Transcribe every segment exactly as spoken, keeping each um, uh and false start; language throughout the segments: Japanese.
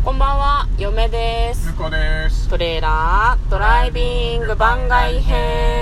こんばんは、嫁です。 向こうです。 トレーラードライビング番外編。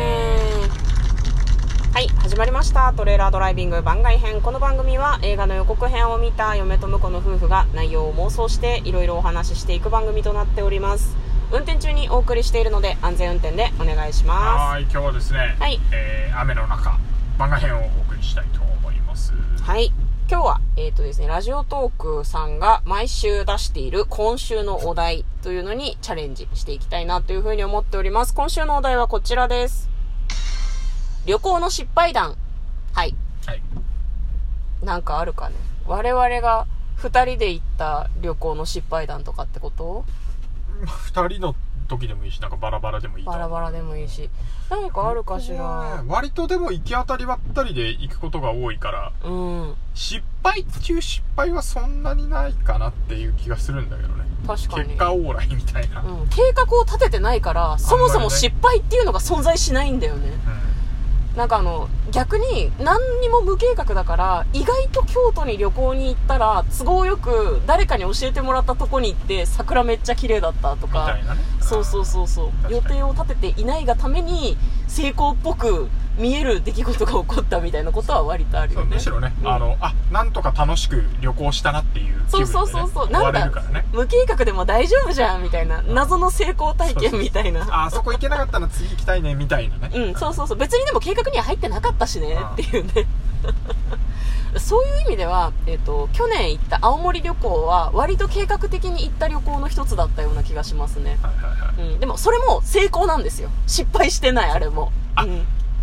はい、始まりました。トレーラードライビング番外編。この番組は映画の予告編を見た嫁と婿の夫婦が内容を妄想していろいろお話ししていく番組となっております。運転中にお送りしているので安全運転でお願いします。 はい、今日はですね、はい、えー、雨の中番外編をお送りしたいと思います。 はい、今日は、えーとですね、ラジオトークさんが毎週出している今週のお題というのにチャレンジしていきたいなというふうに思っております。今週のお題はこちらです。旅行の失敗談。はい。はい。なんかあるかね。我々が二人で行った旅行の失敗談とかってこと？ 二人の時でもいいし、なんかバラバラでもいいと思う。 バラバラでもいいし、なんかあるかしら。 ね、割とでも行き当たりばったりで行くことが多いから、うん、失敗っていう失敗はそんなにないかなっていう気がするんだけどね。 確かに。 結果オーライみたいな、 うん、計画を立ててないからそもそも失敗っていうのが存在しないんだよね。うん、なんかあの逆に何にも無計画だから意外と京都に旅行に行ったら都合よく誰かに教えてもらったとこに行って桜めっちゃ綺麗だったとか、みたいなね、そうそうそうそう、予定を立てていないがために成功っぽく見える出来事が起こったみたいなことは割とあるよね。 むしろね、うん、あのあなんとか楽しく旅行したなっていう気分で、ね、 そうそうそうそう、なんだ、ね、無計画でも大丈夫じゃんみたいな、謎の成功体験みたいな、そうそうそう、 あそこ行けなかったら次行きたいねみたいなね、 うん、そうそうそう、別にでも計画には入ってなかったしねっていうねそういう意味では、えーと、去年行った青森旅行は割と計画的に行った旅行の一つだったような気がしますね。はいはいはい、うん、でもそれも成功なんですよ。失敗してない、あれも。 あ、うん、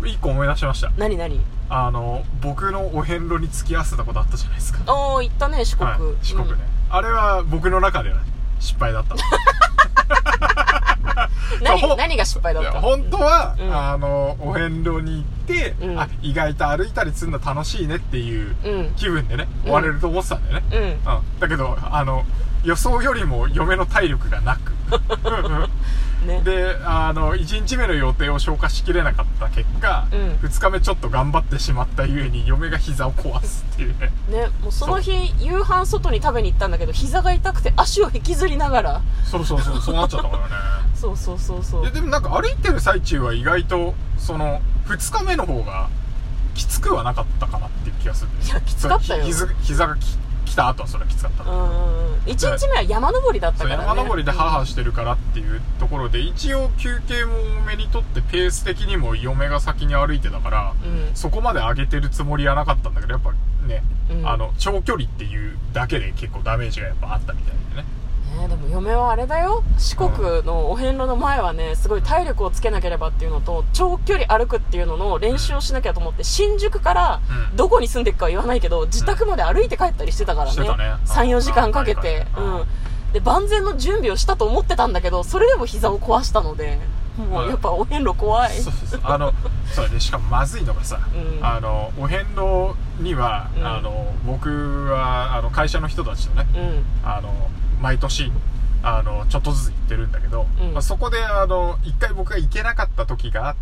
一個思い出しました。 何何？ あの僕のお遍路に付き合わせたことあったじゃないですか。 おー、行ったね、四国、はい、 四国ね、うん、あれは僕の中では失敗だった何, 何が失敗だった？ 本当は、うん、あのお遍路に行って、うん、あ意外と歩いたりするの楽しいねっていう気分でね、うん、終われると思ってたんだよね、うんうん、だけどあの予想よりも嫁の体力がなくね、であのいちにちめの予定を消化しきれなかった結果、うん、ふつかめちょっと頑張ってしまったゆえに嫁が膝を壊すっていうね。 ね、もうその日夕飯外に食べに行ったんだけど膝が痛くて足を引きずりながら、 そうそうそう、そうなっちゃったからねそうそうそうそう。 いやでもなんか歩いてる最中は意外とそのふつかめの方がきつくはなかったかなっていう気がする。 いやきつかったよ。 膝, 膝がき来た後はそれはきつかったんだけど、 うん、いちにちめは山登りだったからね。 山登りでハーハーしてるからっていうところで、一応休憩も多めにとってペース的にも嫁が先に歩いてたから、うん、そこまで上げてるつもりはなかったんだけど、やっぱね、うん、あの長距離っていうだけで結構ダメージがやっぱあったみたいでね。 ね、でも嫁はあれだよ、四国のお遍路の前はねすごい体力をつけなければっていうのと長距離歩くっていうのの練習をしなきゃと思って新宿からどこに住んでるかは言わないけど自宅まで歩いて帰ったりしてたからね、うんね、さんよじかんかけて、うん、で万全の準備をしたと思ってたんだけどそれでも膝を壊したので、もうやっぱお遍路怖い。 そうそうそう、あのそうね、しかもまずいのがさ、うん、あのお遍路には、うん、あの僕はあの会社の人たちとね、うん、あの毎年あのちょっとずつ行ってるんだけど、うん、まあ、そこであの一回僕が行けなかった時があって、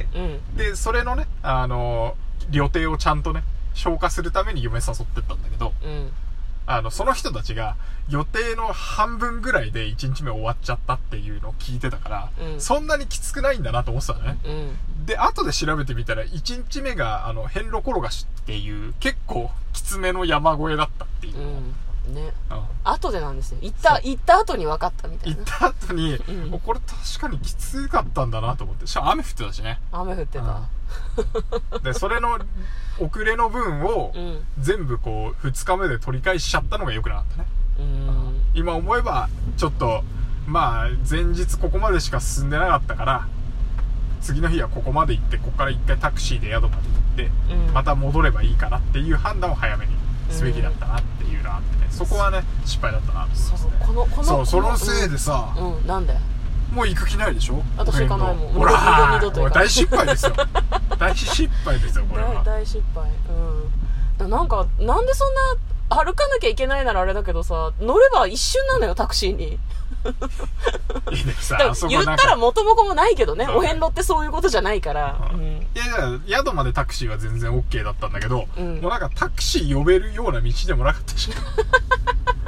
うん、でそれのねあの旅程をちゃんとね消化するために夢誘ってったんだけど、うん、あのその人たちが予定の半分ぐらいでいちにちめ終わっちゃったっていうのを聞いてたから、うん、そんなにきつくないんだなと思ってたのね、うん、で後で調べてみたらいちにちめがあの遍路転がしっていう結構きつめの山越えだったっていう、うんね、うん、後でなんですよ。行った行った後に分かったみたいな。 行った後に、うん、これ確かにきつかったんだなと思って。しかも雨降ってたしね。 雨降ってた。 うん、でそれの遅れの分を、うん、全部こうふつかめで取り返しちゃったのが良くなかったね。うん、今思えばちょっとまあ前日ここまでしか進んでなかったから、次の日はここまで行ってここから一回タクシーで宿まで行って、うん、また戻ればいいかなっていう判断を早めにすべきだったなっていうのがあってね、そこはね失敗だったなと思いますね。そうそう、このこのそうそのせいでさ、 うん、うん、なんでもう行く気ないでしょ。 私行かないもん。 ほら二度と大失敗ですよ大失敗ですよこれは。 大, 大失敗。うん、なんかなんでそんな歩かなきゃいけないならあれだけどさ、乗れば一瞬なのよタクシーにいいねさ、言ったら元も子もないけどね、お遍路ってそういうことじゃないから、うん、いやいや宿までタクシーは全然 OK だったんだけど、うん、もうなんかタクシー呼べるような道でもなかったし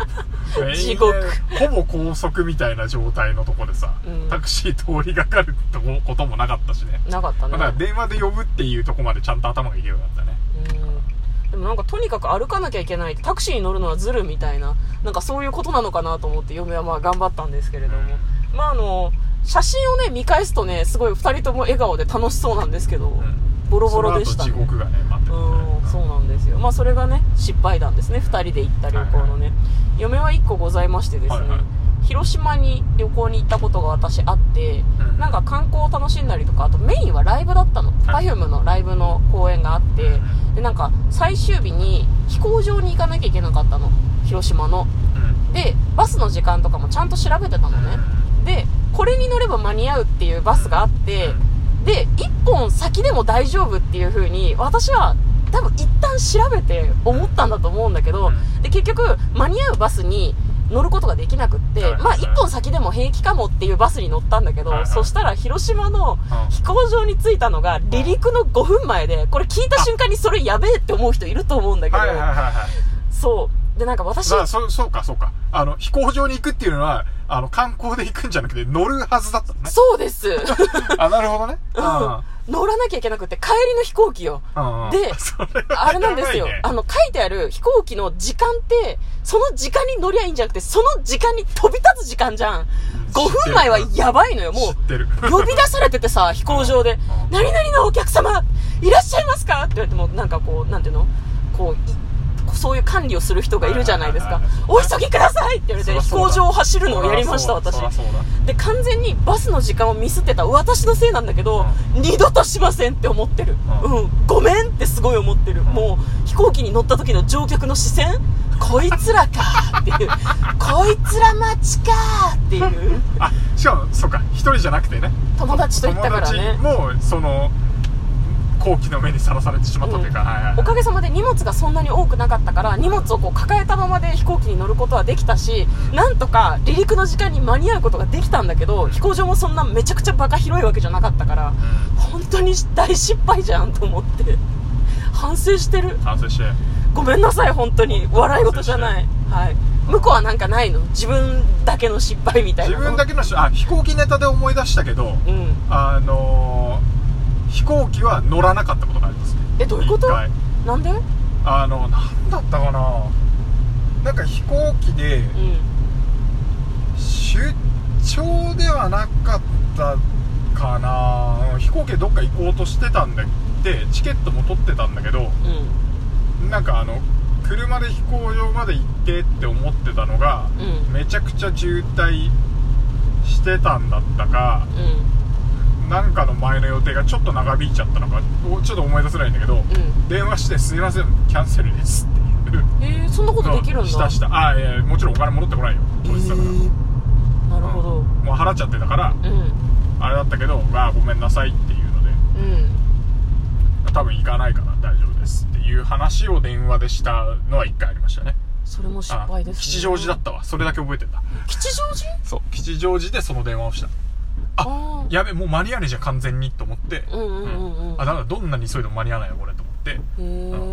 地獄ほぼ高速みたいな状態のとこでさ、うん、タクシー通りがかることもなかったしね。 なかったね。 だから電話で呼ぶっていうとこまでちゃんと頭がいけるようになったね。 うん、でもなんかとにかく歩かなきゃいけない、タクシーに乗るのはずるみたいな、なんかそういうことなのかなと思って嫁はまあ頑張ったんですけれども、うん、まああの写真をね見返すとねすごいふたりとも笑顔で楽しそうなんですけど、うん、ボロボロでしたね。 その後地獄がね待ってるね。 うん、そうなんですよ。まあそれがね失敗談ですね。ふたりで行った旅行のね、はいはい、嫁はいっこございましてですね、はいはい、広島に旅行に行ったことが私あって、うん、なんか観光を楽しんだりとか、あとメインはライブだったの、はい、Perfume のライブの公演があって、でなんか最終日に飛行場に行かなきゃいけなかったの、広島の、うん、でバスの時間とかもちゃんと調べてたのね。でこれに乗れば間に合うっていうバスがあって、でいっぽん先でも大丈夫っていう風に私は多分一旦調べて思ったんだと思うんだけど、で結局間に合うバスに乗ることができなくって、まあいっぽん先でも平気かもっていうバスに乗ったんだけど、そしたら広島の飛行場に着いたのが離陸のごふんまえで、これ聞いた瞬間にそれやべえって思う人いると思うんだけど、そうでなんか私あそそうかそうかあの飛行場に行くっていうのはあの観光で行くんじゃなくて乗るはずだったのね。 そうですあ、なるほどね、 うん、乗らなきゃいけなくて帰りの飛行機よ、うんうん、であれなんですよ、あの書いてある飛行機の時間ってその時間に乗りゃいいんじゃなくてその時間に飛び立つ時間じゃん。ごふんまえはやばいのよ。もう呼び出されててさ飛行場で何々のお客様いらっしゃいますかって言われてもなんかこうなんていうのこうそういう管理をする人がいるじゃないですか。お急ぎくださいって言われて飛行場を走るのをやりました私で。完全にバスの時間をミスってた私のせいなんだけど、うん、二度としませんって思ってる、うん、うん、ごめんってすごい思ってる。もう飛行機に乗った時の乗客の視線、こいつらかっていうこいつら待ちかっていうあ、しかもそうか一人じゃなくてね友達と行ったからね。 もうその後期の目にさらされてしまったというか、うんはいはいはい、 おかげさまで荷物がそんなに多くなかったから荷物をこう抱えたままで飛行機に乗ることはできたし、なんとか離陸の時間に間に合うことができたんだけど、飛行場もそんなめちゃくちゃバカ広いわけじゃなかったから、本当に大失敗じゃんと思って反省してる。 反省してごめんなさい本当に笑い事じゃない、はい、向こうはなんかないの自分だけの失敗みたいな。 自分だけのあ飛行機ネタで思い出したけど、うん、あのー飛行機は乗らなかったことがありますね。 えどういうこと？なんで？ あのなんだったかな、なんか飛行機で、うん、出張ではなかったかな、飛行機でどっか行こうとしてたんだってチケットも取ってたんだけど、うん、なんかあの車で飛行場まで行ってって思ってたのが、うん、めちゃくちゃ渋滞してたんだったか、うんなんかの前の予定がちょっと長引いちゃったのかちょっと思い出せないんだけど、うん、電話してすいませんキャンセルですっていうえー、そんなことできるんだ。 したしたあ、えー、もちろんお金戻ってこないよこいつだから、えー、なるほど、うん、 もう払っちゃってたから、うん、あれだったけどわあごめんなさいっていうので、うん、多分行かないから大丈夫ですっていう話を電話でしたのはいっかいありましたね。 それも失敗ですね。 吉祥寺だったわ。それだけ覚えてんだ。 吉祥寺？ そう吉祥寺でその電話をした。あやべもう間に合わねえじゃん完全にと思って、うんうんうんうん、あだからどんなに急いでも間に合わないよこれと思って、うん、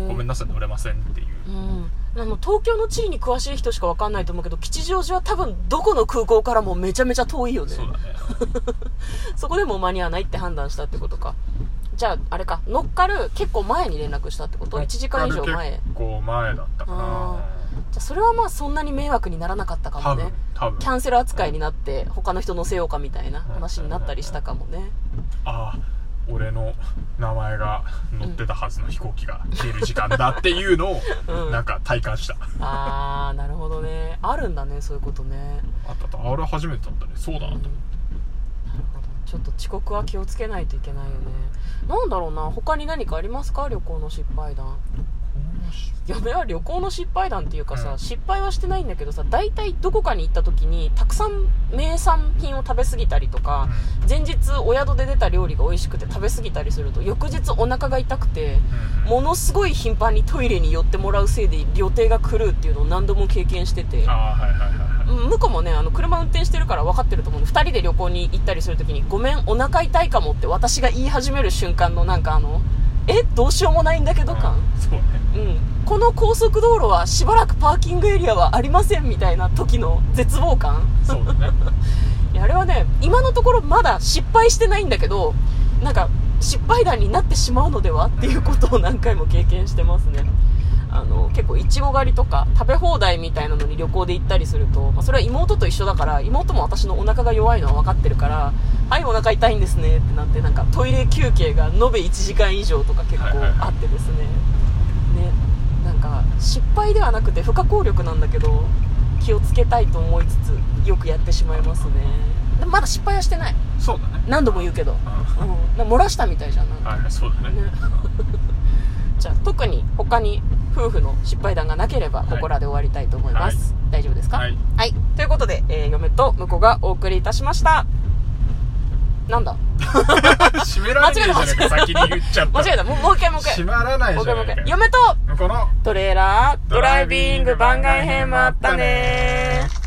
ごめんなさい乗れませんっていう、うん、 あの東京の地理に詳しい人しか分かんないと思うけど吉祥寺は多分どこの空港からもめちゃめちゃ遠いよね。 そうだねそこでも間に合わないって判断したってことか。じゃああれか乗っかる結構前に連絡したってこと？いちじかん以上前。 結構前だったかな。 じゃあそれはまあそんなに迷惑にならなかったかもね。多分キャンセル扱いになって他の人乗せようかみたいな話になったりしたかもね。 ああ俺の名前が乗ってたはずの飛行機が出る時間だっていうのをなんか体感した、うん、 ああなるほどね。あるんだねそういうことね。 あったとあれ初めてだったね。そうだなと思って、うん、 なるほど。ちょっと遅刻は気をつけないといけないよね。なんだろうな他に何かありますか旅行の失敗談。嫁は旅行の失敗談っていうかさ、うん、失敗はしてないんだけどさ大体どこかに行った時にたくさん名産品を食べ過ぎたりとか、うん、前日お宿で出た料理が美味しくて食べ過ぎたりすると翌日お腹が痛くて、うん、ものすごい頻繁にトイレに寄ってもらうせいで予定が狂うっていうのを何度も経験してて、 あ、はいはいはい、 向こうもねあの車運転してるから分かってると思うんでふたりで旅行に行ったりする時にごめんお腹痛いかもって私が言い始める瞬間のなんかあのえどうしようもないんだけど感、 うん、そうね、 うんこの高速道路はしばらくパーキングエリアはありませんみたいな時の絶望感。 そうだねいやあれはね、今のところまだ失敗してないんだけど、なんか失敗談になってしまうのではっていうことを何回も経験してますね。あの結構いちご狩りとか食べ放題みたいなのに旅行で行ったりすると、まあ、それは妹と一緒だから、妹も私のお腹が弱いのは分かってるから、はいお腹痛いんですねってなって、なんかトイレ休憩が延べいちじかん以上とか結構あってですね、ね、なんか失敗ではなくて不可抗力なんだけど、気をつけたいと思いつつよくやってしまいますね。でもまだ失敗はしてない。 そうだね、 何度も言うけど、うん、漏らしたみたいじゃん。なんか、 はい、そうだね、ねじゃあ特に他に夫婦の失敗談がなければここらで終わりたいと思います、はい、大丈夫ですか？はい、はい、ということで、えー、嫁と婿がお送りいたしました。なんだ閉められないじゃないか、先に言っちゃった。 間違えた。もうもう一回もう一回閉まらないじゃないか。 嫁と婿のトレーラードライビング番外編もあったねー。